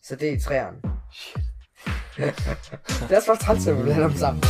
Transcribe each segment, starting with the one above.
Så det er træerne. Shit. Det er også bare træt, at vi lader dem sammen.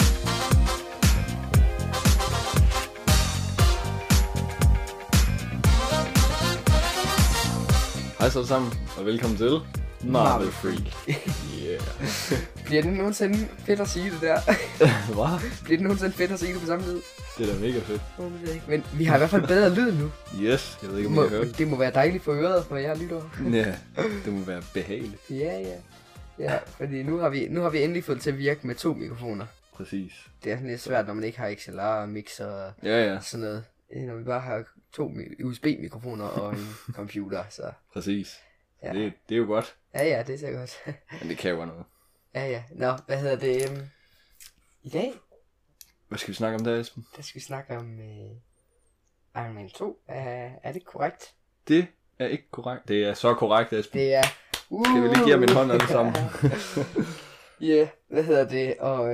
Hej så sammen, og velkommen til Marvel Freak. Yeah. Bliver det nogensinde fedt at sige det der? Hvad? Bliver det nogensinde fedt at sige det på samme tid? Det er da mega fedt. Men vi har i hvert fald bedre lyd nu. Yes, jeg ved ikke om I har hørt. Det må være dejligt for øret, for jeg lytter. Ja, det må være behageligt. Ja, fordi nu har vi endelig fået det til at virke med 2 mikrofoner. Præcis. Det er sådan lidt svært, når man ikke har XLR og mixer og sådan noget. Når vi bare har 2 USB-mikrofoner og en computer, så... Præcis. Ja. Det er jo godt. Ja, det er så godt. Men det kan jo noget. Ja. Nå, hvad hedder det? I dag? Hvad skal vi snakke om der, Esben? Der skal vi snakke om Iron Man 2. Er det korrekt? Det er ikke korrekt. Det er så korrekt, Esben. Det er... Skal vi lige give ham en hånd alle sammen? Ja, hvad hedder det? Og...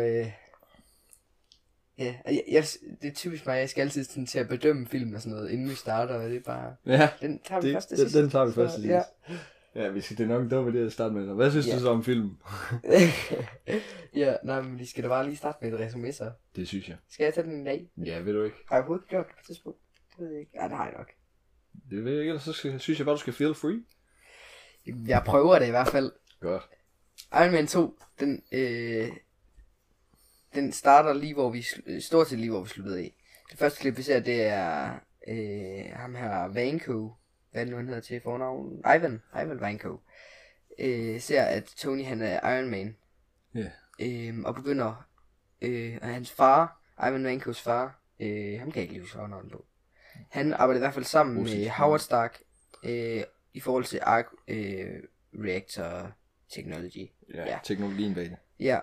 Ja, det er typisk mig, jeg skal altid sådan til at bedømme film og sådan noget, inden vi starter, og det er bare... Ja, den tager vi først til sidst. Den tager vi først til sidst. Ja. Ja, det er nok dumt det at starte med. Hvad synes du så om filmen? Ja, nej, men vi skal da bare lige starte med et resume så. Det synes jeg. Skal jeg tage den i dag? Ja, ved du ikke. Har jeg overhovedet gjort det på et tidspunkt? Det ved jeg ikke. Ja, det har jeg nok. Det ved jeg ikke, så synes jeg bare, du skal feel free. Jeg prøver det i hvert fald. Godt. Iron Man 2, den starter lige hvor vi stort set lige hvor vi sluttede af. Det første klip vi ser, det er ham her Vanko, hvad nu han hedder til fornavn, Ivan Vanko, ser at Tony han er Iron Man. Og begynder og hans far, Ivan Vankos far, ham kan jeg ikke lige huske fornavnet på. Han arbejder i hvert fald sammen med Howard Stark i forhold til Arc Reactor Technology. Ja, teknologien bag det. Ja,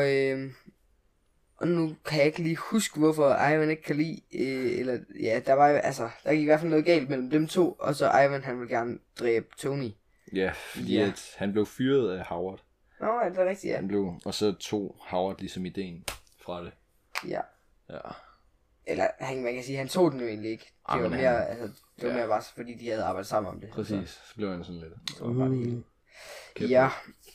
og nu kan jeg ikke lige huske, hvorfor Ivan ikke kan lide, eller ja, der gik i hvert fald noget galt mellem dem to, og så Ivan, han vil gerne dræbe Tony. Ja, fordi at han blev fyret af Howard. Nå, ja, det er rigtigt, ja. Han blev, og så tog Howard ligesom ideen fra det. Ja. Ja. Eller man kan sige, han tog den jo egentlig ikke. Det var mere, det var mere bare fordi de havde arbejdet sammen om det. Præcis, så blev han sådan lidt. Så var bare det hele. Ja.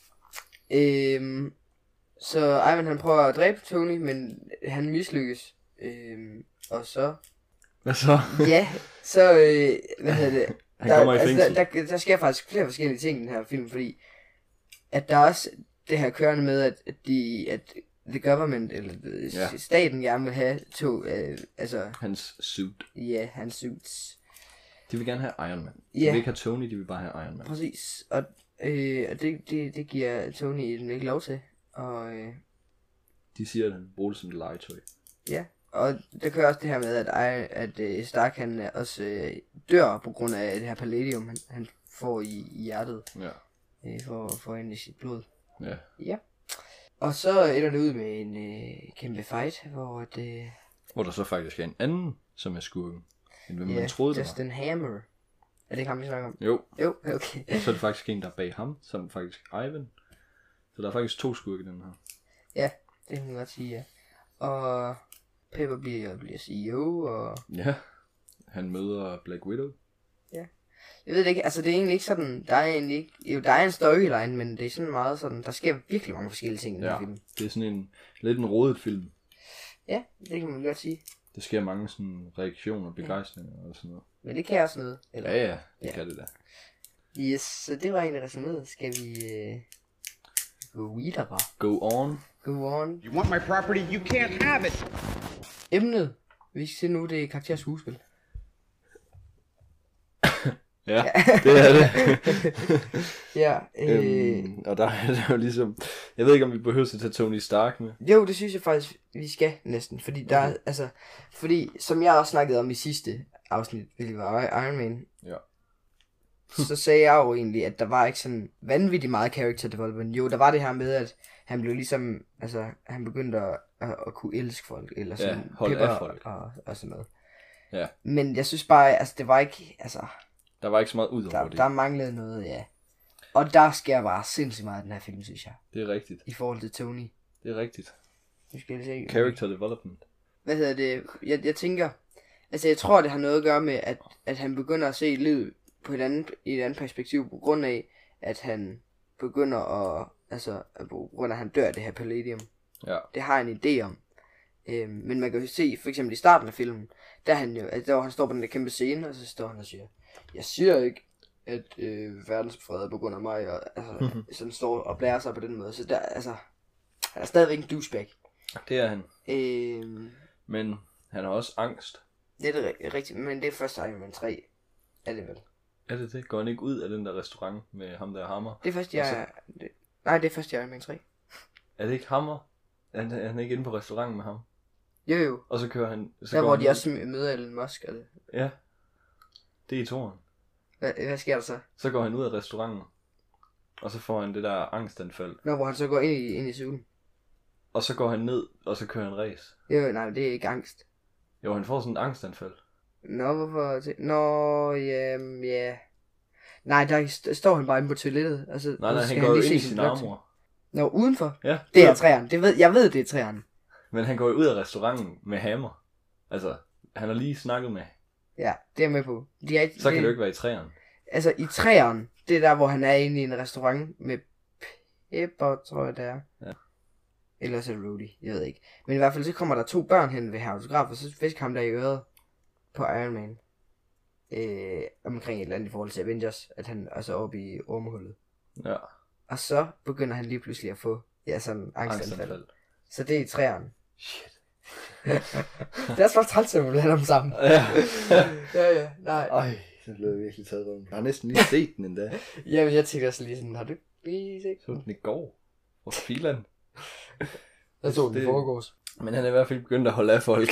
Så Ivan han prøver at dræbe Tony, men han mislykkes. Og så... Hvad så? Ja, så... hvad hedder det? Han kommer i fængsel. Der sker faktisk flere forskellige ting i den her film, fordi... At der er også det her kørende med, at the government, eller staten gerne vil have hans suit. Ja, hans suits. De vil gerne have Iron Man. De vil ikke have Tony, de vil bare have Iron Man. Præcis, og det giver Tony ikke lov til. Og de siger, at han bruger det som et legetøj. Ja, og der kører også det her med, at Stark han også dør på grund af det her palladium, han får i hjertet. Ja. For ind i sit blod. Ja. Og så ender det ud med en kæmpe fight, hvor der så faktisk er en anden, som er skurken, end hvad man troede det var. Justin Hammer. Er det ikke ham, vi snakker om? Jo, okay. Så er det faktisk en, der er bag ham, som faktisk Ivan. Så der er faktisk 2 skurke i den her. Ja, det kan man godt sige, ja. Og Pepper bliver CEO, og... Ja, han møder Black Widow. Ja. Jeg ved det ikke, altså det er egentlig ikke sådan, der er en storyline, men det er sådan meget sådan, der sker virkelig mange forskellige ting i den film. Det er sådan lidt en rodet film. Ja, det kan man godt sige. Der sker mange sådan reaktioner, begejstringer og sådan noget. Men det kan også noget, eller? Ja, det kan det da. Yes, så det var egentlig resuméet. Skal vi gå videre? Go on. You want my property, you can't have it. Emnet, vi skal se nu, det er karakter skuespil. Ja, det er det. Ja. Og der er det jo ligesom... Jeg ved ikke, om vi behøver at tage Tony Stark med. Jo, det synes jeg faktisk, vi skal næsten. Fordi der er, fordi som jeg også snakkede om i sidste afsnit, hvilket var Iron Man. Ja. Så sagde jeg jo egentlig, at der var ikke sådan vanvittigt meget character development. Jo, der var det her med, at han blev ligesom, han begyndte at kunne elske folk, eller sådan, holde af folk. Og sådan noget. Ja. Men jeg synes bare, det var ikke, der var ikke så meget ud over det. Der manglede noget, ja. Og der sker bare sindssygt meget i den her film, synes jeg. Det er rigtigt. I forhold til Tony. Det er rigtigt. Nu skal jeg se. Character development. Hvad hedder det? Jeg tænker, jeg tror, det har noget at gøre med, at han begynder at se livet på i et andet perspektiv, på grund af, at han begynder at, altså, på grund af, at han dør af det her palladium. Ja. Det har jeg en idé om. Men man kan jo se, for eksempel i starten af filmen, der han jo, altså, der hvor han står på den der kæmpe scene, og så står han og siger, jeg siger ikke, at verdensfred er på grund af mig, og altså, sådan står og blærer sig på den måde. Så der, altså, han er stadigvæk en douchebag. Det er han. Øh, Men han har også angst. det er det rigtigt, men det er først Iron Man 3, er det vel? Er det det? Går han ikke ud af den der restaurant med ham der Hammer? Det er først, det er først Iron Man 3. Er det ikke Hammer? Er han ikke inde på restauranten med ham? Jo. Og så kører han... Så Der går hvor han de ud. også møder Elon Musk, er det? Ja. Det er i toren. Hvad sker der så? Så går han ud af restauranten. Og så får han det der angstanfald. Nå, hvor han så går ind i sugen. Og så går han ned, og så kører han race. Jo, nej, det er ikke angst. Jo, han får sådan et angstanfald. Nå, hvorfor? Nå, ja. Nej, der står han bare inde på toilettet. Altså, Nej, skal han går jo lige ind i se sin blog. armor. Nå, udenfor? Ja. Det er træerne. Jeg ved, det er træerne. Men han går jo ud af restauranten med Hammer. Altså, han har lige snakket med. Ja, det er jeg med på. Så kan det jo ikke være i træerne. Altså, i træerne, det er der, hvor han er inde i en restaurant med Pepper, tror jeg, det er. Ja. Eller så er det Rudy, jeg ved ikke. Men i hvert fald, så kommer der 2 børn hen ved her autograf, og så fisker ham der i øret på Iron Man. Omkring et eller andet i forhold til Avengers, at han er så oppe i ormehullet. Ja. Og så begynder han lige pludselig at få, sådan angstanfald. Angstanfald. Så det er i træerne. Shit. Det er også bare træls, at man blander dem sammen. Ja. ja, nej. Ej, så blev jeg virkelig taget om. Jeg har næsten lige set den endda. Jamen, jeg tænker også lige sådan, har du lige set Så den i går. Hvor filan. Jeg så den i forgårs. Men han er i hvert fald begyndt at holde af folk.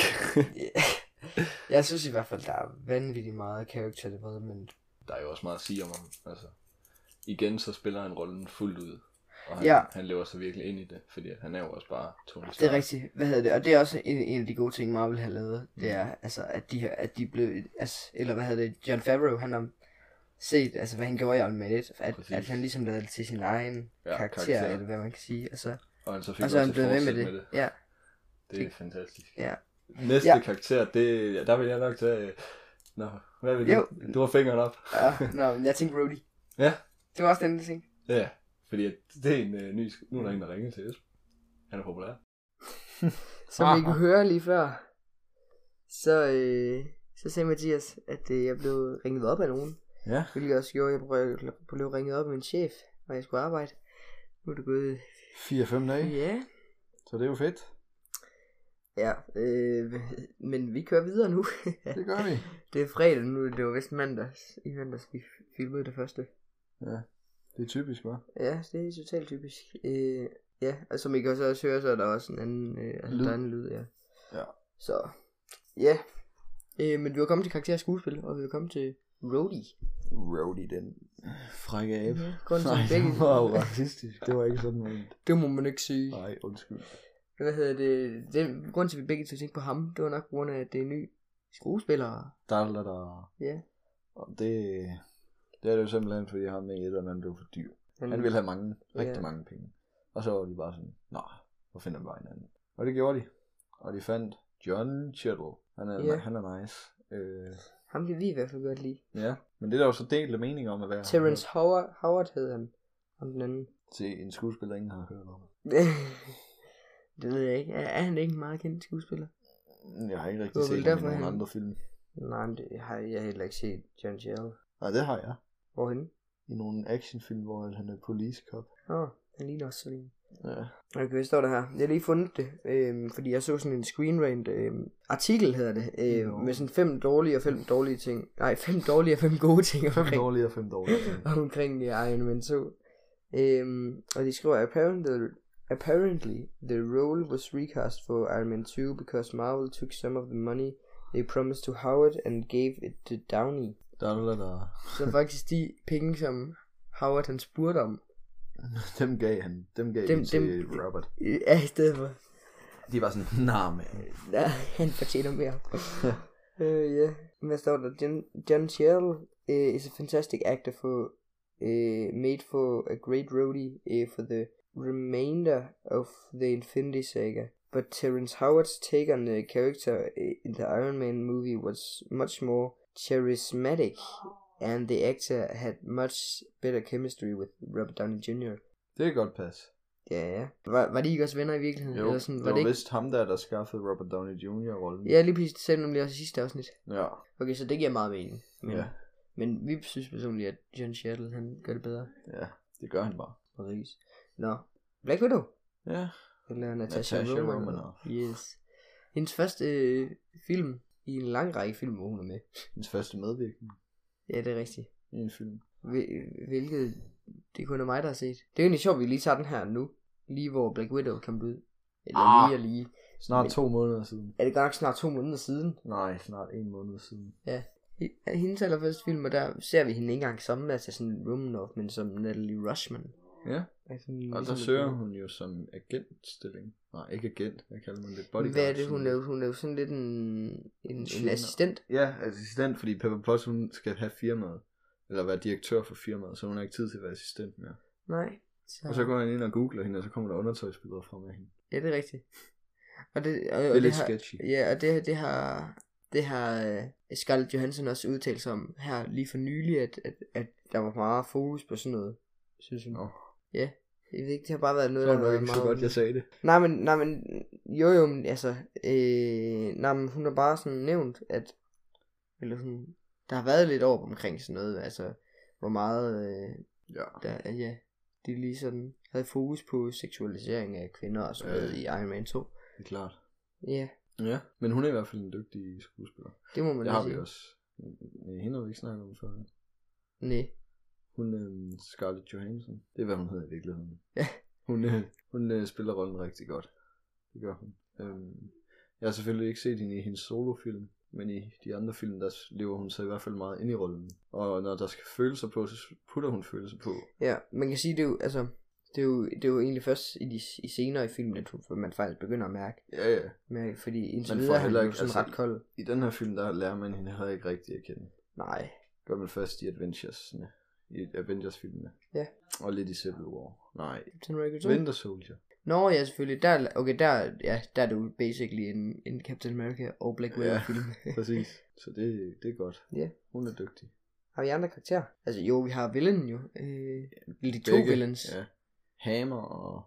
Jeg synes i hvert fald, der er vanvittigt meget character development. Der er jo også meget at sige om ham. Altså, igen så spiller han rollen fuldt ud. Og han lever sig virkelig ind i det, fordi han er jo også bare Tony Stark. Det er rigtigt. Hvad hedder det? Og det er også en af de gode ting, Marvel har lavet. Det er, altså, at de blev, altså, eller hvad hedder det, Jon Favreau, han har set, altså, hvad han gjorde i Iron Man 1, at han ligesom lavede det til sin egen karakter, eller hvad man kan sige. Og så han så fik og så er også han blevet ved med det. Ja. Det er fantastisk. Ja. Næste karakter, der vil jeg nok tage... Nå, hvad vil du? Du har fingeren op. Jeg tænkte Rudy. Ja. Det var også den, jeg tænkte. Ja, fordi det er en ny... Nu er der en, der ringer til Esben. Han er populær. Som I kunne høre lige før, så sagde Mathias, at jeg blev ringet op af nogen. Ja. Hvilket også gjorde, at jeg blev ringet op af min chef, og jeg skulle arbejde. Nu er det gået 4-5 dage. Ja. Så det er jo fedt. Ja, men vi kører videre nu. Det gør vi. Det er fredag nu, det var vist mandags. I mandags vi filmede det første. Ja, det er typisk, hva'? Ja, det er totalt typisk. Ja, og som I kan også høre, så er der også en anden, der er en lyd, ja. Ja. Så, ja. Men vi var kommet til karakter skuespil, og vi var kommet til Rhodey. Rhodey, den frække abe. Nej, det var jo racistisk. Det var ikke sådan noget. Det må man ikke sige. Nej, undskyld. Hvad hedder det? Den grund til, at vi begge to tænkte på ham, det var nok på grund af, at det er en ny skuespiller. Der. Ja. Og det er det jo simpelthen, fordi ham med et og han blev for dyr. Han ville have rigtig mange penge. Og så var de bare sådan, nej, hvor finder vi bare hinanden. Og det gjorde de. Og de fandt John Cheadle. Han er nice. Ham kan vi i hvert fald godt lide. Ja, men det er der jo så delte mening om at være. Terrence Howard hed han. Om den anden. Se, en skuespiller, ingen har hørt om. Det ved jeg ikke. Er han ikke en meget kendt skuespiller? Jeg har ikke rigtig set ham i nogle andre film. Nej, det har jeg heller ikke set. John Cheadle. Nej, det har jeg. Hvorhenne? I nogle actionfilm, hvor han er police cop. Han ligner også sådan en. Ja. Okay, hvad står der her? Jeg har lige fundet det, fordi jeg så sådan en Screen Rant artikel hedder det, med sådan 5 dårlige og 5 dårlige ting. Nej, 5 dårlige og 5 gode ting. 5 dårlige og 5 dårlige ting. Omkring Iron Man 2. Og de skriver, apparently the role was recast for Iron Man 2 because Marvel took some of the money they promised to Howard and gave it to Downey. Så faktisk de penge, som Howard han spurgte om, dem gav de til Robert. Ja, i stedet for. De var sådan, man. Ja, han fortjener mere. Ja, hvad står der? John Cheadle is a fantastic actor made for a great Rhodey for the remainder of the Infinity Saga. But Terrence Howard's take on the character in the Iron Man movie was much more charismatic and the actor had much better chemistry with Robert Downey Jr. Det er godt pas. Ja. Var de ikke også venner i virkeligheden? Jo, eller sådan, det var ikke? vist ham der skaffede Robert Downey Jr. rollen. Ja, lige præcis, det sagde du nemlig også i sidste afsnit. Ja. Okay, så det giver meget mening. Ja. Men vi synes personligt, at John Chattel, han gør det bedre. Ja, det gør han bare. Præcis. Nå, Black Widow. Ja. Eller Natasha Romanoff. Yes. Hendes første film i en lang række film, hvor hun er med. Hendes første medvirkning Ja, det er rigtigt. i en film. Hvilket det kun er mig, der har set. Det er jo egentlig sjovt, at vi lige tager den her nu. Lige hvor Black Widow kom ud. Eller lige. Snart 2 måneder siden. Er det godt nok snart 2 måneder siden? Nej, snart 1 måned siden. Ja. Hendes allerførste film, og der ser vi hende ikke engang som sådan Romanoff, men som Natalie Rushman. Ja. Altså, Og ligesom der søger hun jo som agentstilling. Nej, ikke agent. Jeg kalder man det bodyguard. Hvad er det? Hun er jo sådan lidt en assistent. Ja, assistent, fordi Pepper Potts, hun skal have firmaet. Eller være direktør for firmaet, så hun har ikke tid til at være assistent mere. Nej. Og så går han ind og googler hende, og så kommer der undertøjsbilleder frem af hende. Ja, det er rigtigt. Og det er lidt sketchy. Ja, og det har Scarlett Johansson også udtalt sig om her lige for nylig, at der var meget fokus på sådan noget, synes hun. Ja, jeg ved ikke, det har bare været noget, der har været ikke meget... så godt, jeg sagde det. Nej, men jo, men altså, men hun har bare sådan nævnt, at, eller sådan, der har været lidt over omkring sådan noget, altså, hvor meget, de lige sådan havde fokus på seksualisering af kvinder og sådan noget i Iron Man 2. Det er klart. Ja. Ja, men hun er i hvert fald en dygtig skuespiller. Det må man det har sige. vi også. Hende har vi ikke snakket om før. Nej. Hun er Scarlett Johansson. Det er hvad hun hedder i virkeligheden. Ja. Hun spiller rollen rigtig godt. Det gør hun. Jeg har selvfølgelig ikke set hende i hendes solofilm, men i de andre film, der lever hun sig i hvert fald meget ind i rollen. Og når der skal følelser på, så putter hun følelser på. Ja, man kan sige, det er jo, altså, det er jo egentlig først i senere i filmen, at man faktisk begynder at mærke. Ja. Fordi indtil videre er han jo sådan ret kold. I den her film, der lærer man hende heller ikke rigtig at kende. Nej. Gør man først i Avengers-filmene. Ja. Og lidt i Civil War. Nej. Winter Soldier. Nå ja, selvfølgelig. Der er det jo basically en Captain America og Black Widow film. Præcis. Så det er godt. Ja. Hun er dygtig. Har vi andre karakterer? Altså jo, vi har villainen jo. De to villains. Ja. Hammer og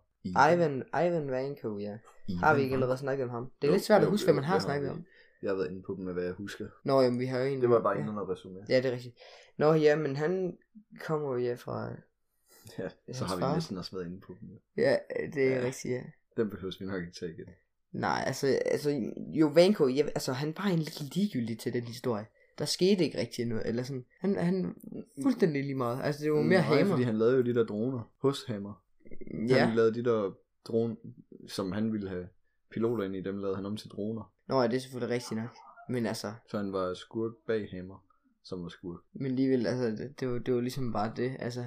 Ivan Vanko, ja. Har vi ikke allerede snakket om ham? Det er lidt svært at huske, hvad man har snakket om. Jeg har været inde på dem med, hvad jeg husker. Nå, jamen vi har jo en... Det var bare en under resumé. Ja, det er rigtigt. Nå, ja, men han kommer jo fra... Ja, så har vi næsten også været inde på dem. Ja, det er rigtigt, ja. Den behøver vi nok ikke tage igen. Nej, altså jo, Vanko, altså han var en lidt ligegyldig til den historie. Der skete ikke rigtig noget, eller sådan. Han fuldstændig lige meget. Altså det var mere Hammer. Fordi han lavede jo de der droner hos Hammer. Ja. Han lavede de der droner, som han ville have piloter ind i, dem lavede han om til droner. Nå, ja, det er selvfølgelig rigtigt nok. Men altså... Så han var skurk bag Hammer, som var skurk. Men alligevel, altså, det var ligesom bare det. Altså,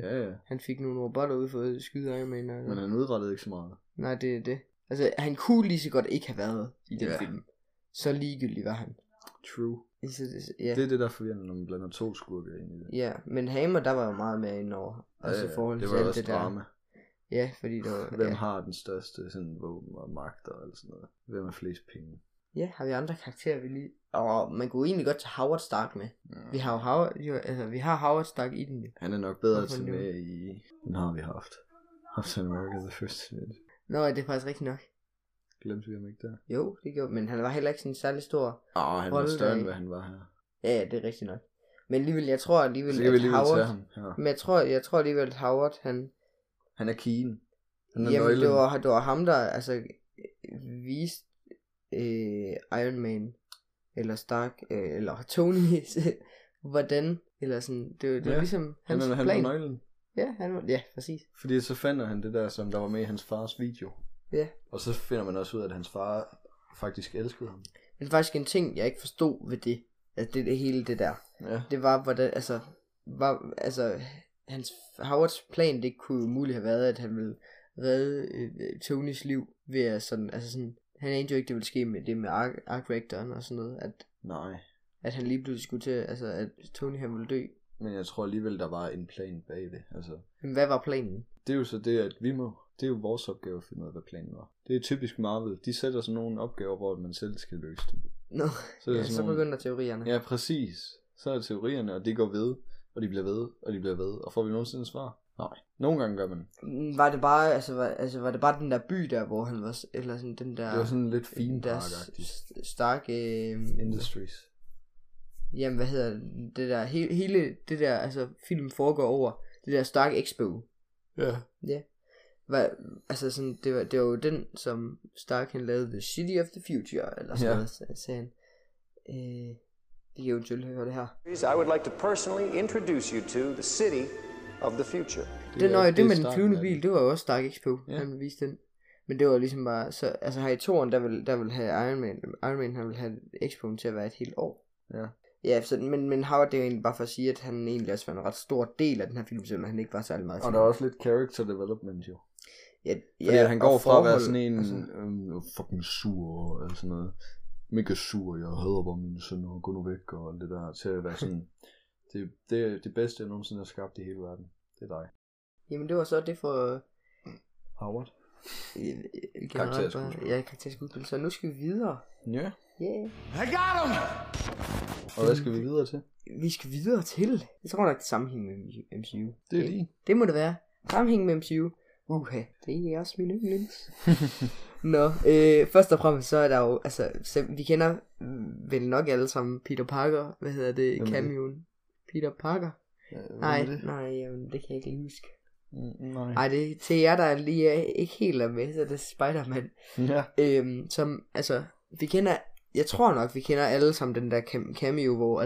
han fik nogle robotter ud for at skyde Iron Man. Men han udrettede ikke så meget. Nej, det er det. Altså, han kunne lige så godt ikke have været i den film. Så ligegyldig var han. True. Ja. Det er det, der forvirrende, når man blander 2 skurke ind i det. Ja, men Hammer, der var jo meget mere indover. Altså, i forhold til det var også drama. Der. Ja, fordi der var... Hvem har den største sådan, våben og magt og alt sådan noget? Hvem har flest penge? Ja, har vi andre karakterer, vi lige... Og man kunne egentlig godt tage Howard Stark med. Vi har jo vi har Howard Stark i den. Han er nok bedre til med i... Den har vi haft. Captain America The First Event. Nå, det er faktisk rigtigt nok. Glemte vi ham ikke der? Jo, det gjorde, men han var heller ikke sådan en særlig stor... han var større end hvad han var her. Ja, det er rigtigt nok. Men alligevel, jeg tror alligevel, så kan vi alligevel Howard... tage ham. Ja. Men jeg tror alligevel, at Howard, han er keen. Han er jamen, det var ham, der altså viste Iron Man, eller Stark, eller Tony, hvordan, eller sådan, det var ligesom hans plan. Han var nøglen. Ja, præcis. Fordi så finder han det der, som der var med i hans fars video. Ja. Og så finder man også ud af, at hans far faktisk elskede ham. Men faktisk en ting, jeg ikke forstod ved det, at det hele det der, det var, hvordan, altså, hans Howards plan, det kunne muligt have været, at han ville redde Tonys liv ved at sådan, altså sådan, han anede jo ikke, det ville ske med det med Arc-Reactoren og sådan noget, at han lige pludselig skulle til, altså at Tony han ville dø. Men jeg tror alligevel, der var en plan bag det, altså. Men hvad var planen? Det er jo så det, at det er jo vores opgave at finde ud af, hvad planen var. Det er typisk Marvel, de sætter sådan nogle opgaver, hvor man selv skal løse dem. Nå, så begynder teorierne. Ja, præcis. Så er teorierne, og det går ved, og de bliver ved, og de bliver ved. Og får vi nogensinde svar? Nej. Nogle gange gør man. Var det bare, var det bare den der by der, hvor han var, eller sådan den der... Det var sådan lidt fin park-agtigt. Stark... Industries. Jamen, hvad hedder det der, hele det der, altså filmen foregår over det der Stark Expo. Ja. Ja. Altså sådan, det var jo den, som Stark han lavede, The City of the Future, eller sådan noget, sagde han. Vi kan jo selvfølgelig høre det her. I would like to personally introduce you to the city of the future. Det med den flyvende bil, det var jo også Stark Expo, han viste den. Men det var ligesom bare, så, altså her i toren, der vil have Iron Man, han vil have Expoen til at være et helt år. Ja. Ja, så, men Howard, det er jo egentlig bare for at sige, at han egentlig også var en ret stor del af den her film, selvom han ikke var særlig meget. Og der er også lidt character development jo. Ja, fordi han går fra at være sådan en fucking sur og sådan noget. Mega sur, jeg hader bare mine sønner, gå nu væk og alt det der, til at være sådan, det bedste jeg nogensinde har skabt i hele verden. Det er dig. Jamen det var så det for Howard. Karakterskuespil. Ja, karakterskuespil. Så nu skal vi videre. Ja. Yeah. I got him! Og hvad skal vi videre til? Vi skal videre til, jeg tror nok det sammenhæng med MCU. Det er lige. Det må det være. Sammenhæng med MCU. Det er også min yndlings. Nå, først og fremmest så er der jo, altså, vi kender vel nok alle sammen Peter Parker, hvad hedder det, cameoen? Peter Parker? Nej, det kan jeg ikke lige huske. Nej, det er til jer, der lige ikke helt er med, så det er Spider-Man. Ja. Som, altså, jeg tror nok, vi kender alle sammen den der cameo, hvor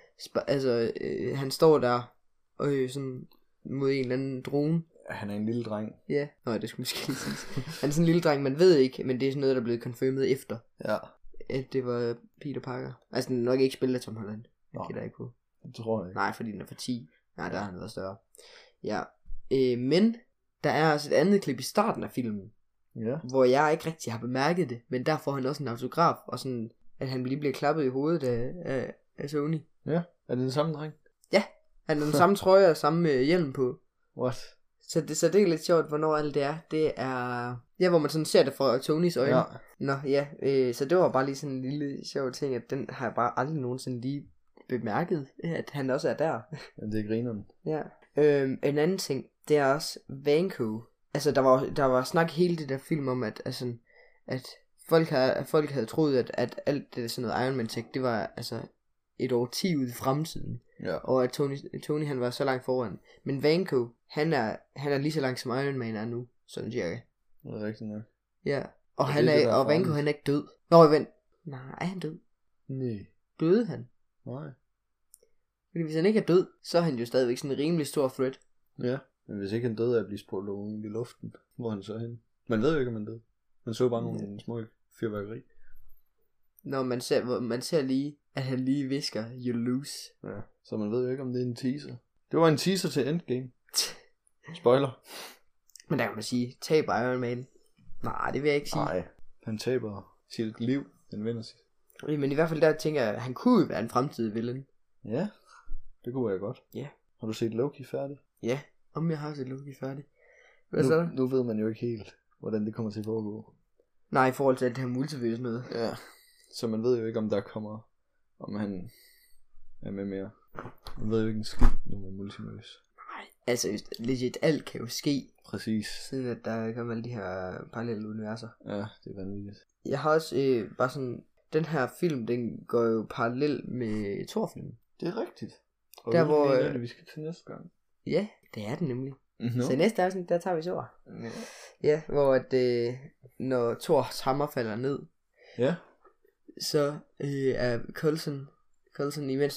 han står der, sådan, mod en eller anden drone. Han er en lille dreng. Ja, det skulle måske lige sige. Han er sådan en lille dreng, man ved ikke, men det er sådan noget, der er blevet confirmed efter. Ja. At det var Peter Parker. Altså, den er nok ikke spillet Tom Holland. Det kan der ikke på. Det tror jeg ikke. Nej, fordi den er for 10. Nej, der har han været større. Ja. Men der er også et andet klip i starten af filmen. Ja. Hvor jeg ikke rigtig har bemærket det. Men der får han også en autograf, og sådan, at han lige bliver klappet i hovedet af Sony. Ja, er det den samme dreng? Ja, han har den samme trøje og samme hjelm på. What? Så det er lidt sjovt, hvornår alt det er. Det er... Ja, hvor man sådan ser det fra Tonys øjne. Ja. Nå, ja. Så det var bare lige sådan en lille sjov ting, at den har jeg bare aldrig nogensinde lige bemærket, at han også er der. Ja, det er grineren. Ja. En anden ting, det er også Vanko. Altså, der var snak hele det der film om, at folk havde troet, at alt det sådan noget Iron Man tech, det var altså et årti ud i fremtiden. Ja. Og at Tony han var så langt foran. Men Vanko, han er lige så langt som Iron Man er nu, sådan cirka. Det er rigtigt nok. Ja. Og Vanko han er ikke død. Nå, vent. Nej, er han død? Nej. Døde han? Nej. Fordi hvis han ikke er død, så er han jo stadigvæk sådan en rimelig stor threat. Ja, men hvis ikke han døde af at blive sprunget i luften, hvor han så hen? Man ved jo ikke, om han døde. Man så bare nogle små fyrværkeri. Når man ser lige, at han lige visker, you lose. Ja, så man ved jo ikke, om det er en teaser. Det var en teaser til Endgame. Spoiler. Men der kan man sige, taber Iron Man. Nej, det vil jeg ikke sige. Nej, han taber sit liv, han vinder sit. Men i hvert fald der tænker jeg, at han kunne være en fremtidig villain. Ja, det kunne jeg godt. Ja. Har du set Loki færdig? Ja, om jeg har set Loki færdig. Hvad så? Nu ved man jo ikke helt, hvordan det kommer til at foregå. Nej, i forhold til alt det her multiverse noget. Ja, så man ved jo ikke, om der kommer, om han er med mere. Man ved jo ikke en skid nu med multiverse. Nej, altså legit alt kan jo ske. Præcis. Siden at der kommer alle de her parallelle universer. Ja, det er vanvittigt. Jeg har også bare sådan, den her film, den går jo parallel med Thor-filmen. Det er rigtigt. Og der hvor vi skal til næste gang. Ja, det er den nemlig. No. Så i næste afsnit, der tager vi Thor. Ja. Ja, hvor at, når Thors hammer falder ned, ja, så er Coulson imens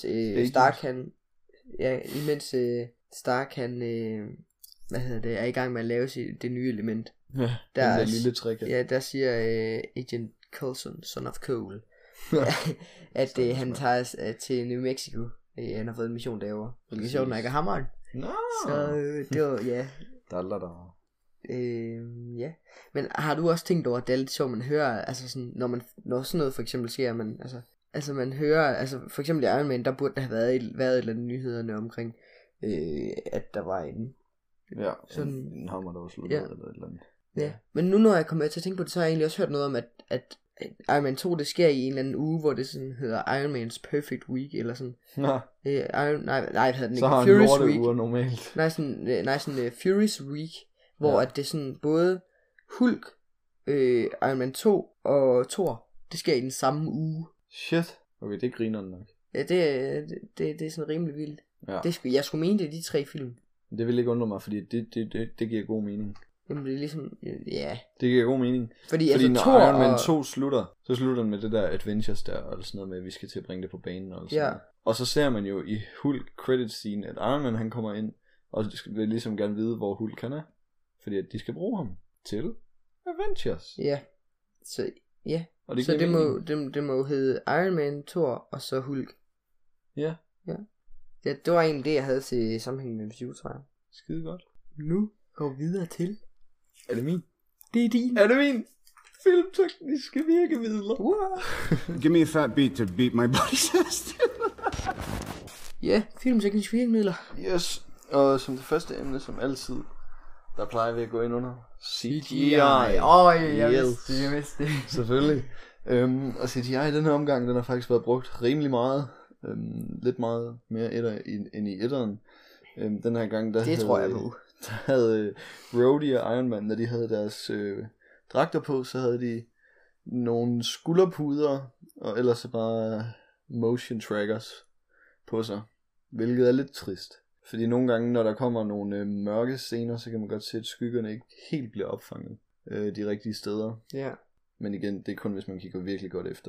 Stark han er i gang med at lave det nye element. Ja, der den lille trick. Ja, der siger Agent Coulson, son of Cole, at han tager til New Mexico. Han har fået en mission derovre. Hvilket sjovt, når jeg hammeren. No. Så det var, ja. Der. Ja. Men har du også tænkt over, at det er lidt sjovt, man hører, altså sådan, når sådan noget for eksempel sker, man hører, altså for eksempel i Iron Man, der burde der have været et eller andet nyhederne omkring, at der var en. Ja, sådan en hammer, der var slået ned eller et eller andet. Ja, men nu når jeg kommer til at tænke på det, så har jeg egentlig også hørt noget om, at Iron Man 2, det sker i en eller anden uge, hvor det sådan hedder Iron Man's Perfect Week, eller sådan. Nå, Nej, det hedder den ikke. så har han Furious lorte Week. uger normalt. Nej, sådan Furious Week, hvor at det sådan både Hulk, Iron Man 2 og Thor, det sker i den samme uge. Shit. Okay, det griner nok. Ja, det er sådan rimelig vildt. Ja. Jeg skulle mene, det er de 3 film. Det vil ikke undre mig, fordi det giver god mening. Jamen det er ligesom, ja. Det giver god mening. Fordi når Thor Iron Man 2 slutter, så slutter den med det der Adventures der, og sådan noget med, at vi skal til at bringe det på banen og sådan noget. Og så ser man jo i Hulk credit scene, at Iron Man han kommer ind, og vil ligesom gerne vide, hvor Hulk han er. Fordi at de skal bruge ham til Adventures. Ja. Så ja. Og så det må hedde Iron Man, Thor og så Hulk. Ja. Ja, det var egentlig det, jeg havde til sammenhæng med MCU, tror jeg. Skide godt. Nu går vi videre til... Er det min? Det er din. Er det min? Filmtekniske virkemidler. Give me a fat beat to beat my body test. Ja, filmtekniske virkemidler. Yes. Og som det første emne, som altid, der plejer vi at gå ind under CGI. Jeg vidste det. Selvfølgelig. Og CGI i den her omgang, den har faktisk været brugt rimelig meget. Lidt meget mere end i etteren. Den her gang, der tror jeg på. Der havde Rhodey og Iron Man, når de havde deres dragter på, så havde de nogle skulderpuder, og ellers så bare motion trackers på sig. Hvilket er lidt trist. Fordi nogle gange, når der kommer nogle mørke scener, så kan man godt se, at skyggerne ikke helt bliver opfanget de rigtige steder. Ja. Men igen, det er kun, hvis man kigger virkelig godt efter.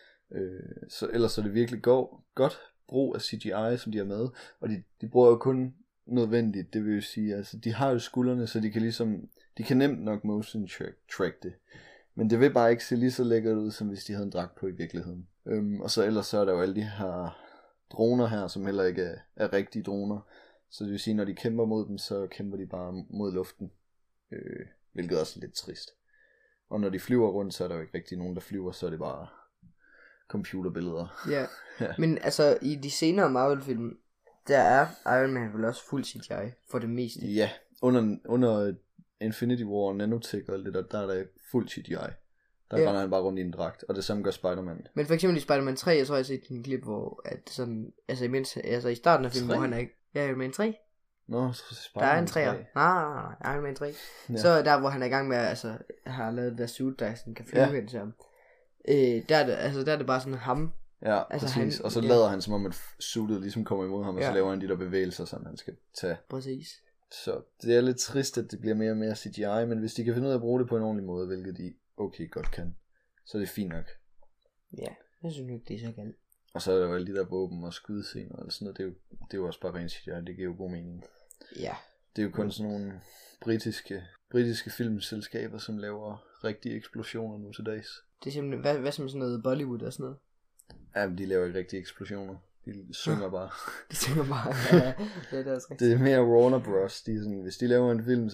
Så ellers er det virkelig godt brug af CGI, som de har med. Og de bruger jo kun nødvendigt, det vil jo sige, altså de har jo skuldrene, så de kan nemt nok motion track det. Men det vil bare ikke se lige så lækkert ud, som hvis de havde en dragt på i virkeligheden. Og så ellers så er der jo alle de her droner her, som heller ikke er rigtige droner. Så det vil sige, når de kæmper mod dem, så kæmper de bare mod luften. Hvilket også er lidt trist. Og når de flyver rundt, så er der jo ikke rigtig nogen, der flyver, så er det bare computerbilleder. Ja. Men altså, i de senere Marvel-film, der er Iron Man vel også fuld CGI, for det meste. Ja, under Infinity War og Nanotech og alt det der er der fuld CGI. Der render han bare rundt i en dragt, og det samme gør Spider-Man. Men for eksempel i Spider-Man 3, jeg tror jeg har set en klip, hvor at sådan, altså i starten af filmen, hvor han er ikke... Ja, Iron Man 3. Nå, så der er en 3'er. Iron Man 3. Ja. Så der, hvor han er i gang med, altså, har lavet der suit, der sådan kan flyve hen til ham. Der er det bare sådan ham. Ja, altså præcis. Og så lader han som om, at suitet ligesom kommer imod ham, og så laver han de der bevægelser, som han skal tage. Præcis. Så det er lidt trist, at det bliver mere og mere CGI, men hvis de kan finde ud af at bruge det på en ordentlig måde, hvilket de okay godt kan, så er det fint nok. Ja, jeg synes ikke, det er så galt. Og så er der jo alle de der våben og skudscener og sådan noget, det er jo også bare rent CGI, det giver jo god mening. Ja. Det er jo kun sådan nogle britiske filmselskaber, som laver rigtige eksplosioner nu til dags. Det er simpelthen, hvad som sådan noget Bollywood og sådan noget? Ja, men de laver ikke rigtige eksplosioner. De synger bare. De synger bare, ja, det er også rigtigt. Det er mere Warner Bros. De er sådan, hvis de laver en film,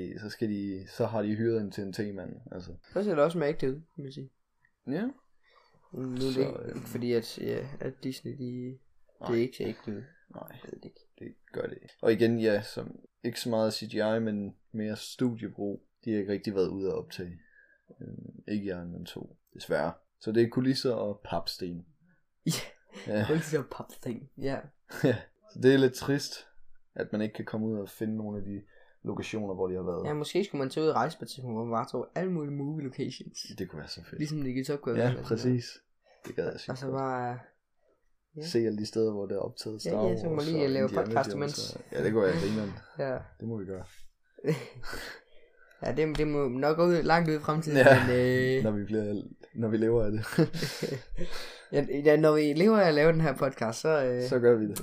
så har de hyret en TNT-mand. Altså. Så ser det også med ægte ud, kan man sige. Ja. Nu er det ikke, fordi at Disney, det er ikke så ægte ud. Nej, det gør det ikke. Og igen, ja, som ikke så meget CGI, men mere studiebrug. De har ikke rigtig været ude at optage. Ikke i Iron Man 2, desværre. Så det er kulisser og papsten. Ja, kulisser og papsten, ja. Så det er lidt trist, at man ikke kan komme ud og finde nogle af de lokationer, hvor de har været. Ja, måske skulle man tage ud og rejse på tidspunkt, hvor man bare tog alle mulige movie locations. Det kunne være så fedt. Ligesom det Top Gun. Ja, præcis. Det gad jeg og så bare... se alle de steder, hvor det er optaget Star Wars. Ja, så må man lige lave podcast imens. Ja, det går jeg grineren. Ja. Det må vi gøre. Ja, det må nok gå langt ud i fremtiden. Ja, men, når vi lever af det. ja, når vi lever af at lave den her podcast, så gør vi det.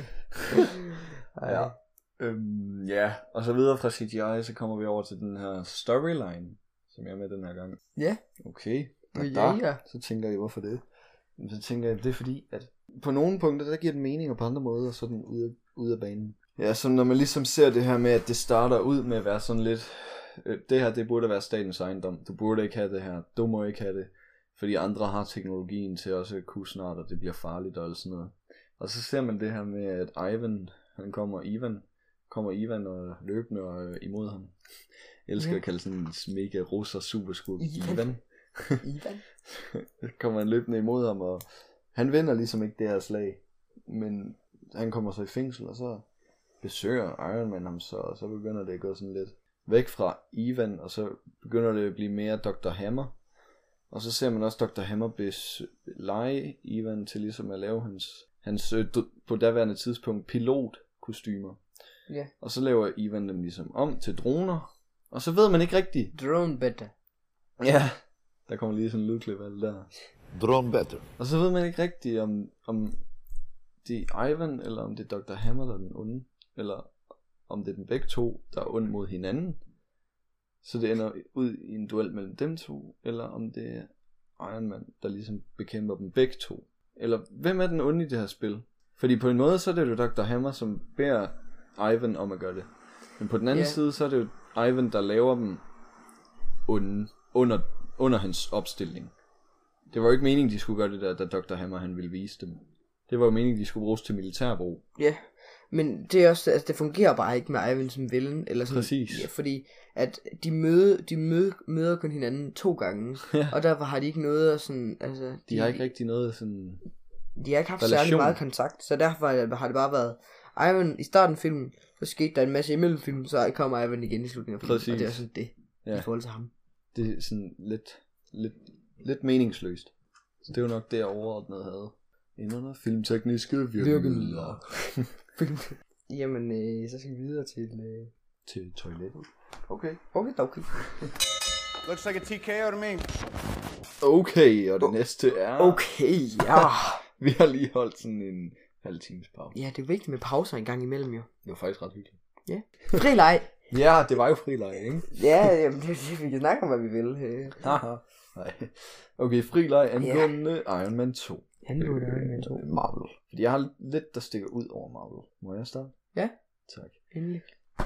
Ja. Ja, og så videre fra CGI, så kommer vi over til den her storyline, som jeg er med den her gang. Ja. Okay. Ja. Så tænker jeg, hvorfor det? Så tænker jeg, det er fordi, at på nogle punkter, der giver det mening, og på andre måder, så er den ude af banen. Ja, så når man ligesom ser det her med, at det starter ud med at være sådan lidt, det her, det burde være statens ejendom. Du burde ikke have det her. Du må ikke have det. Fordi andre har teknologien til også at kunne snart, og det bliver farligt og sådan noget. Og så ser man det her med, at Ivan kommer og løbende og imod ham. Jeg elsker at kalde sådan en mega russer superskurk Ivan. Ivan? Så kommer han løbende imod ham, og han vinder ligesom ikke det her slag. Men han kommer så i fængsel, og så besøger Iron Man ham så, og så begynder det at gå sådan lidt væk fra Ivan, og så begynder det at blive mere Dr. Hammer. Og så ser man også Dr. Hammer lege Ivan til ligesom at lave hans på daværende tidspunkt pilotkostymer. Ja. Og så laver Ivan dem ligesom om til droner, og så ved man ikke rigtigt. Drone better. Ja, der kommer lige sådan en lydklip af det der. Drone better. Og så ved man ikke rigtigt, om det er Ivan, eller om det er Dr. Hammer, der er den onde, eller om det er den begge to, der er ond mod hinanden. Så det ender ud i en duel mellem dem to, eller om det er Iron Man, der ligesom bekæmper dem begge to. Eller hvem er den onde i det her spil? Fordi på en måde, så er det jo Dr. Hammer, som beder Ivan om at gøre det. Men på den anden side, så er det jo Ivan, der laver dem onde under hans opstilling. Det var jo ikke meningen, de skulle gøre det der, da Dr. Hammer han ville vise dem. Det var jo meningen, de skulle bruges til militærbrug. Ja, men det er også, altså det fungerer bare ikke med Ivan som villain, eller sådan. Præcis. Ja, fordi at de møder kun hinanden 2 gange, Ja. og derfor har de ikke noget at sådan, altså De har ikke rigtig noget sådan... de har ikke haft relation. særlig meget kontakt, så derfor har det bare været Ivan i starten af filmen, så skete der en masse imellem filmen, så kommer Ivan igen i slutningen af filmen, Præcis. og det er sådan det i forhold til ham. Det er sådan lidt meningsløst. Så det er jo nok det, jeg overordnet havde. Under filmtekniske virkemidler. Jamen, så skal vi videre Til toilettet. Okay. Okay. Looks like a TKO to me. Okay, og det næste er... Okay, ja. Vi har lige holdt sådan en halv times pause. Ja, det er vigtigt med pauser en gang imellem jo. Det var faktisk ret hyggeligt. Ja. Fri leg. Ja, det var jo frileg, ikke? Ja, jamen, vi kan snakke om, hvad vi vil. Haha. Nej. Okay, frileg angående Iron Man 2. Angående Iron Man 2. Marvel. Fordi jeg har lidt, der stikker ud over Marvel. Må jeg starte? Ja. Tak. Endelig.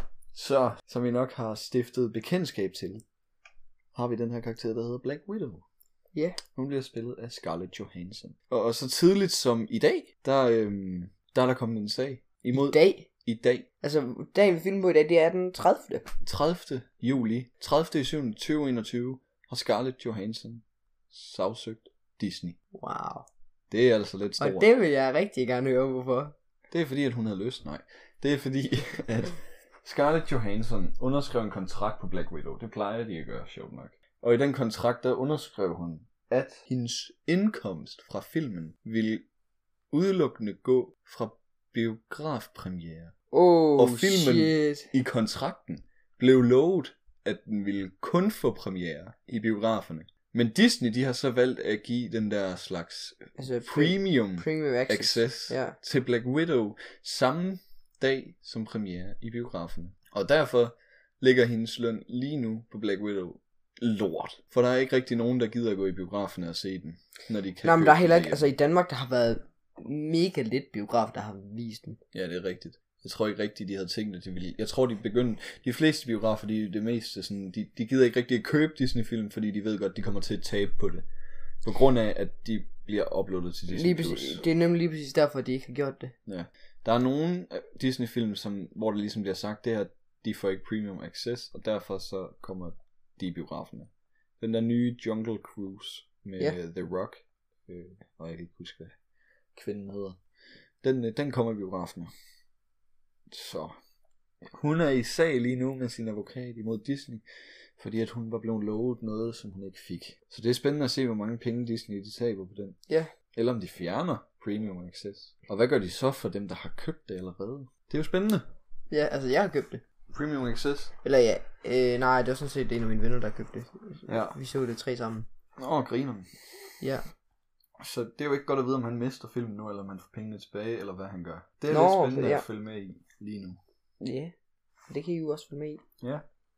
Så, som vi nok har stiftet bekendtskab til, har vi den her karakter, der hedder Black Widow. Ja. Hun bliver spillet af Scarlett Johansson. Og så tidligt som i dag, der er der kommet en sag imod... I dag. Altså, dagen vi filmer på i dag, det er den 30. 30. juli. 30. 7. 2021 har Scarlett Johansson sagsøgt Disney. Wow. Det er altså lidt stort. Og det vil jeg rigtig gerne høre, hvorfor. Det er fordi, at hun havde lyst. Nej. Det er fordi, at Scarlett Johansson underskrev en kontrakt på Black Widow. Det plejer de at gøre, sjovt nok. Og i den kontrakt, der underskrev hun, at hendes indkomst fra filmen ville udelukkende gå fra biografpremiere. Og filmen i kontrakten blev lovet, at den ville kun få premiere i biograferne. Men Disney, de har så valgt at give den der slags premium access til Black Widow samme dag som premiere i biograferne. Og derfor ligger hendes løn lige nu på Black Widow lort. For der er ikke rigtig nogen, der gider at gå i biograferne og se den, når de kan. Nej, men der er heller ikke, altså i Danmark, der har været mega lidt biograf, der har vist den. Ja, det er rigtigt. Jeg tror ikke rigtigt, de havde tænkt, at de ville... Jeg tror, de fleste biografer, det meste, sådan, de gider ikke rigtig at købe Disney-film, fordi de ved godt, de kommer til at tabe på det. På grund af, at de bliver uploadet til Disney+. Det er nemlig lige præcis derfor, de ikke har gjort det. Ja. Der er nogle Disney-film, hvor det ligesom bliver sagt, det her, de får ikke premium access, og derfor så kommer de i biograferne. Den der nye Jungle Cruise med The Rock, og jeg kan ikke huske, hvad kvinden hedder. Den kommer i biograferne. Så hun er i sag lige nu med sin advokat imod Disney, fordi at hun var blevet lovet noget, som hun ikke fik. Så det er spændende at se, hvor mange penge Disney de taber på den. Ja. Eller om de fjerner premium access. Og hvad gør de så for dem, der har købt det allerede? Det er jo spændende. Ja, altså jeg har købt det. Premium access? Eller ja, nej, det var sådan set en af mine venner, der købte det. Ja. Vi så det 3 sammen. Griner. Ja. Så det er jo ikke godt at vide, om han mister filmen nu, eller om han får pengene tilbage, eller hvad han gør. Det er lidt spændende at følge med i lige nu. Ja, det kan I jo også følge med i. Ja.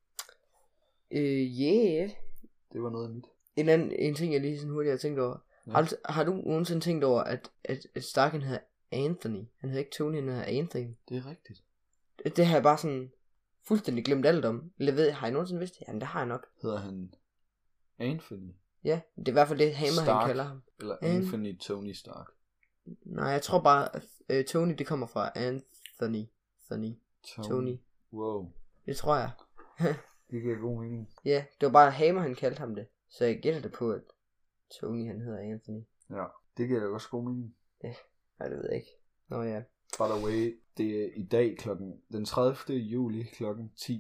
Yeah. Det var noget af mit. En ting, jeg lige sådan hurtigt har tænkt over. Ja. Har du nogensinde tænkt over, at Stark hedder Anthony? Han hedder ikke Tony, han hedder Anthony. Det er rigtigt. Det har jeg bare sådan fuldstændig glemt alt om. Eller har jeg nogensinde vidst det? Jamen det har jeg nok. Hedder han Anthony? Ja, det er i hvert fald det Hammer, Stark, han kalder ham. Eller Anthony Tony Stark? Nej, jeg tror bare, at Tony, det kommer fra Anthony. Tony. Wow. Det tror jeg. Det giver god mening. Ja, det var bare Hammer, han kaldte ham det. Så jeg gætter det på, at Tony han hedder Anthony. Ja, det giver jo også god mening. Nej, det ved jeg ikke. Nå ja. By the way, det er i dag den 30. juli klokken 10:32.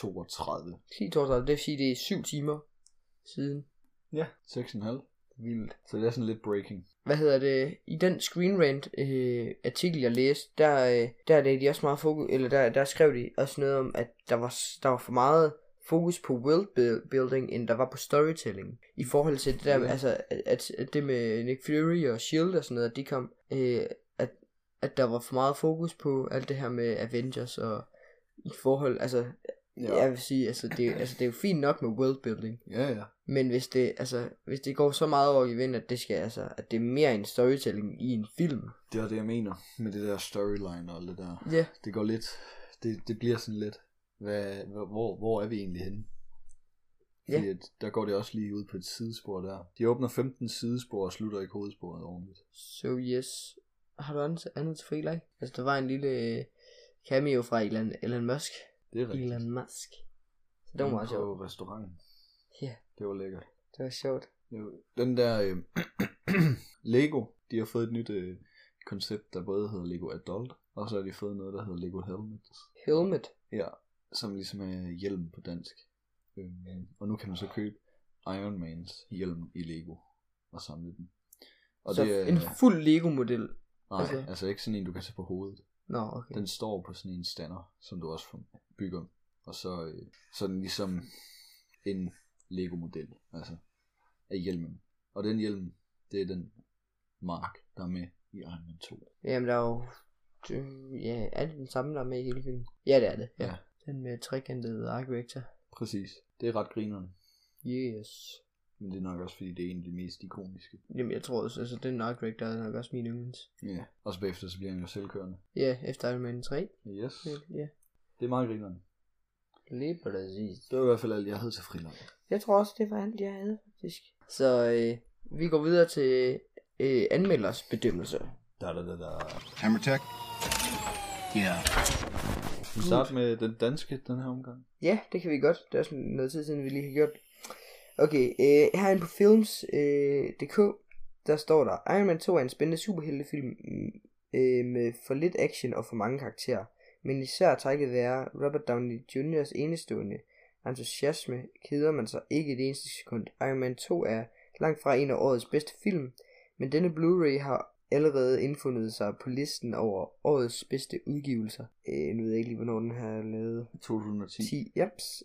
10:32, det vil sige, det er 7 timer siden. Ja, 6,5. Vildt. Så det er sådan lidt breaking. Hvad hedder det? I den Screen Rant artikel, jeg læste, der er de også meget fokus, eller der skrev de også noget om, at der var for meget fokus på world building, end der var på storytelling. I forhold til det der, altså, at det med Nick Fury og S.H.I.E.L.D. og sådan noget, at de kom, at der var for meget fokus på alt det her med Avengers og i forhold, altså, jeg vil sige, altså det er jo fint nok med world building. Ja. Men hvis det går så meget over i vind, at det skal, altså, at det er mere en storytelling i en film. Det er det, jeg mener med det der storyline og det der. Ja. Det går lidt, det bliver sådan lidt, hvor er vi egentlig henne? Fordi der går det også lige ud på et sidespor der. De åbner 15 sidespor og slutter ikke hovedsporet ordentligt. So yes. Har du andet til frileg? Altså der var en lille cameo fra Elon Musk. Det er rigtigt. Elon Musk. Så det var meget sjovt. På restauranten. Ja. Det var lækkert. Det var sjovt. Den der Lego, de har fået et nyt koncept, der både hedder Lego Adult, og så har de fået noget, der hedder Lego Helmet. Helmet? Ja, som ligesom er hjelm på dansk. Og nu kan man så købe Iron Mans hjelm i Lego og samle den. Og så det er en fuld Lego-model? Nej, altså ikke sådan en, du kan tage på hovedet. Nå, okay. Den står på sådan en stander, som du også bygger. Og så er den ligesom en Lego-model, altså af hjelmen. Og den hjelm, det er den mark, der er med i Iron Man 2. Jamen der er jo... Ja, er det den samme, der er med i hele filmen? Ja, det er det. Ja. Den med trekantede Arc Reactor. Præcis. Det er ret grinerne. Yes. Men det er nok også, fordi det er en af de mest ikoniske. Jamen jeg tror også, altså den Arc Reactor er nok også min yndlings. Ja, og så bagefter så bliver han jo selvkørende. Ja, efter Iron Man 3. Yes. Ja. Det er meget grinerne. Lige præcis. Det var i hvert fald alt, jeg havde til friland. Jeg tror også, det var alt, jeg havde faktisk. Så vi går videre til anmelders bedømmelse. Da. Hammer tech? Yeah. Vi starter med den danske, den her omgang. Ja, det kan vi godt. Det er også noget tid siden, vi lige har gjort. Okay, herinde på films.dk, der står der, Iron Man 2 er en spændende superheltefilm med for lidt action og for mange karakterer. Men især takket være Robert Downey Jr.'s enestående entusiasme keder man sig ikke et eneste sekund. Iron Man 2 er langt fra en af årets bedste film, men denne Blu-ray har allerede indfundet sig på listen over årets bedste udgivelser. Nu ved jeg ikke lige, hvornår den her er lavet. 2010. Japs.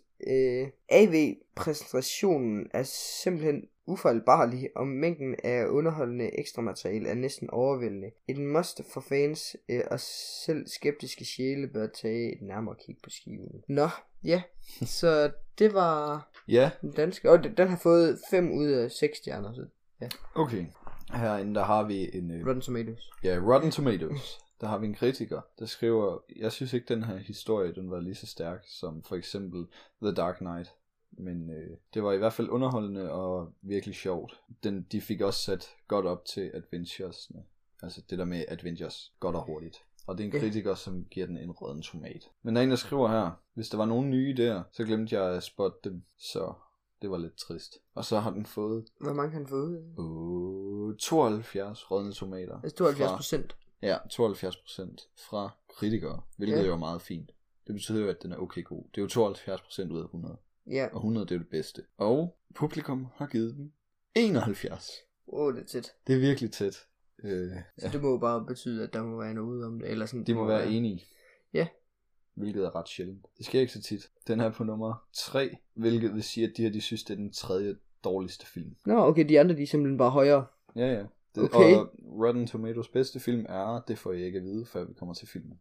AV-præsentationen er simpelthen ufejlbarlig, og mængden af underholdende ekstra materiale er næsten overvældende. Et must for fans og selv skeptiske sjæle bør tage et nærmere kig på skiven. Nå, ja. Så det var den danske. Og den har fået 5 ud af 6 stjerner. Så. Ja. Okay. Herinde der har vi en... Rotten Tomatoes. Ja, Rotten Tomatoes. Der har vi en kritiker, der skriver, jeg synes ikke den her historie, den var lige så stærk som for eksempel The Dark Knight. Men det var i hvert fald underholdende og virkelig sjovt. De fik også sat godt op til Avengers'ne. Altså det der med Avengers, godt og hurtigt. Og det er en kritiker, som giver den en rødden tomat. Men der er en, der skriver her, hvis der var nogen nye der, så glemte jeg at spotte dem. Så det var lidt trist. Og så har den fået... Hvor mange har den fået? 72 rødne tomater. Altså 72%? Ja, 72% fra kritikere, hvilket jo er meget fint. Det betyder jo, at den er okay god. Det er jo 72% ud af 100. Ja. Og 100 det er det bedste. Og publikum har givet den 71. Det er tæt. Det er virkelig tæt. Så det må jo bare betyde, at der må være noget om det. Eller sådan, de må være enige. Ja. Hvilket er ret sjældent. Det sker ikke så tit. Den her på nummer 3, hvilket vil sige, at de synes, det er den 3. dårligste film. Nå, okay, de andre de er simpelthen bare højere. Ja. Okay. Og Rotten Tomatoes bedste film er, det får jeg ikke at vide, før vi kommer til filmen.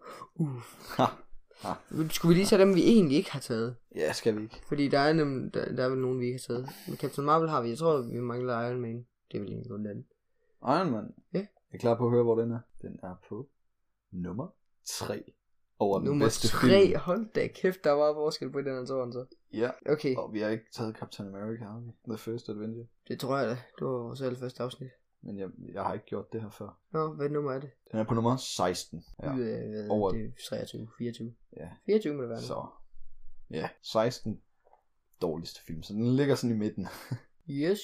Skulle vi lige tage dem, vi egentlig ikke har taget? Ja, skal vi ikke. Fordi der er vel nogen, vi ikke har taget. Men Captain Marvel har vi. Jeg tror, vi mangler Iron Man. Det er vel egentlig kun den. Iron Man? Ja. Jeg er klar på at høre, hvor den er. Den er på nummer 3. Over den bedste film. Nummer 3? Hold da kæft, der var forskel på den her tårn så. Ja. Okay. Og vi har ikke taget Captain America, har vi? The First Adventure. Det tror jeg da. Det var vores allerførste afsnit. Men jeg har ikke gjort det her før. Nå, hvad nummer er det? Den er på nummer 16. Ja. Over... Det er 23, 24. Ja. 24 må det være. Så. Ja, 16 dårligste film. Så den ligger sådan i midten. Yes.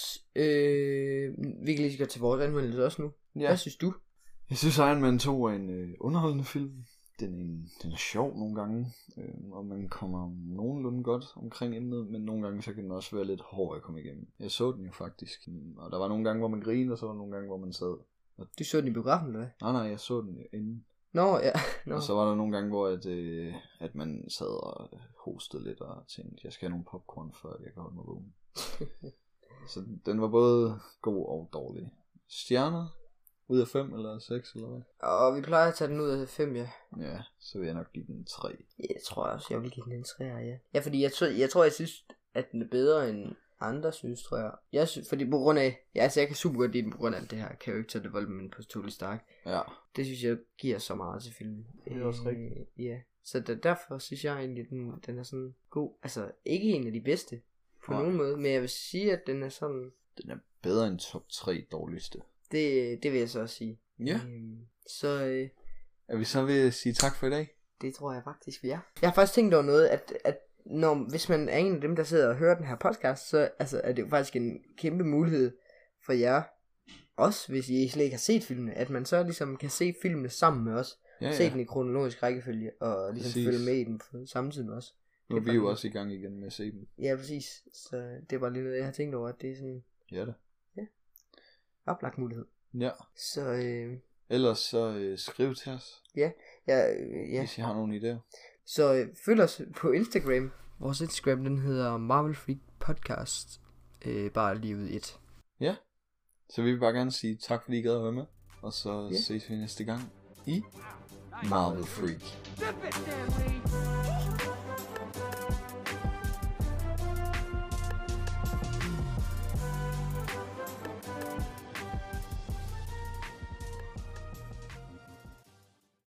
Vi kan lige gå til vores anmeldelse også nu. Ja. Hvad synes du? Jeg synes Iron Man 2 er en underholdende film. Den er sjov nogle gange, og man kommer nogenlunde godt omkring emnet, men nogle gange så kan den også være lidt hård at komme igennem. Jeg så den jo faktisk, og der var nogle gange, hvor man grinede, og så var der nogle gange, hvor man sad. Du så den i biografen, eller hvad? Nej, jeg så den inden. Nå, ja. Og så var der nogle gange, hvor at man sad og hostede lidt og tænkte, jeg skal have nogle popcorn, før jeg kan holde mig vågen. Så den var både god og dårlig. Stjerner? Ud af 5 eller 6 eller hvad? Og vi plejer at tage den ud af 5, ja. Ja, så vil jeg nok give den 3. Jeg tror også, jeg vil give den en 3, ja. Ja, fordi jeg tror, jeg synes, at den er bedre end andre synes, tror jeg. Jeg synes, fordi på grund af, jeg kan super godt lide den på grund af det her character development på Tony Stark. Ja. Det synes jeg giver så meget til filmen. Det er også rigtigt. Ja, så derfor synes jeg egentlig, den er sådan god. Altså, ikke en af de bedste på nogen måde, men jeg vil sige, at den er sådan... Den er bedre end top 3 dårligste. Det vil jeg så også sige. Ja. Så Er vi så ved at sige tak for i dag? det tror jeg faktisk, vi er. Jeg har faktisk tænkt over noget, at hvis man er en af dem, der sidder og hører den her podcast, så altså, er det jo faktisk en kæmpe mulighed for jer, også hvis I slet ikke har set filmene, at man så ligesom kan se filmene sammen med os. Ja. Se den i kronologisk rækkefølge, og ligesom Præcis. følge med i den på samme tid med os. Nu er vi jo også i gang igen med at se dem. Ja, præcis. Så det var lige noget, jeg har tænkt over, at det er sådan Ja da. oplagt mulighed. Ja. Så Ellers så skriv til os, ja. hvis I har nogle idéer. Så følg os på Instagram. Vores Instagram, den hedder Marvel Freak Podcast. Bare lige ud i et. Ja. Så vi vil bare gerne sige tak, fordi I gad at være med. Og så ses vi næste gang i Marvel Freak. Zip it, Stanley!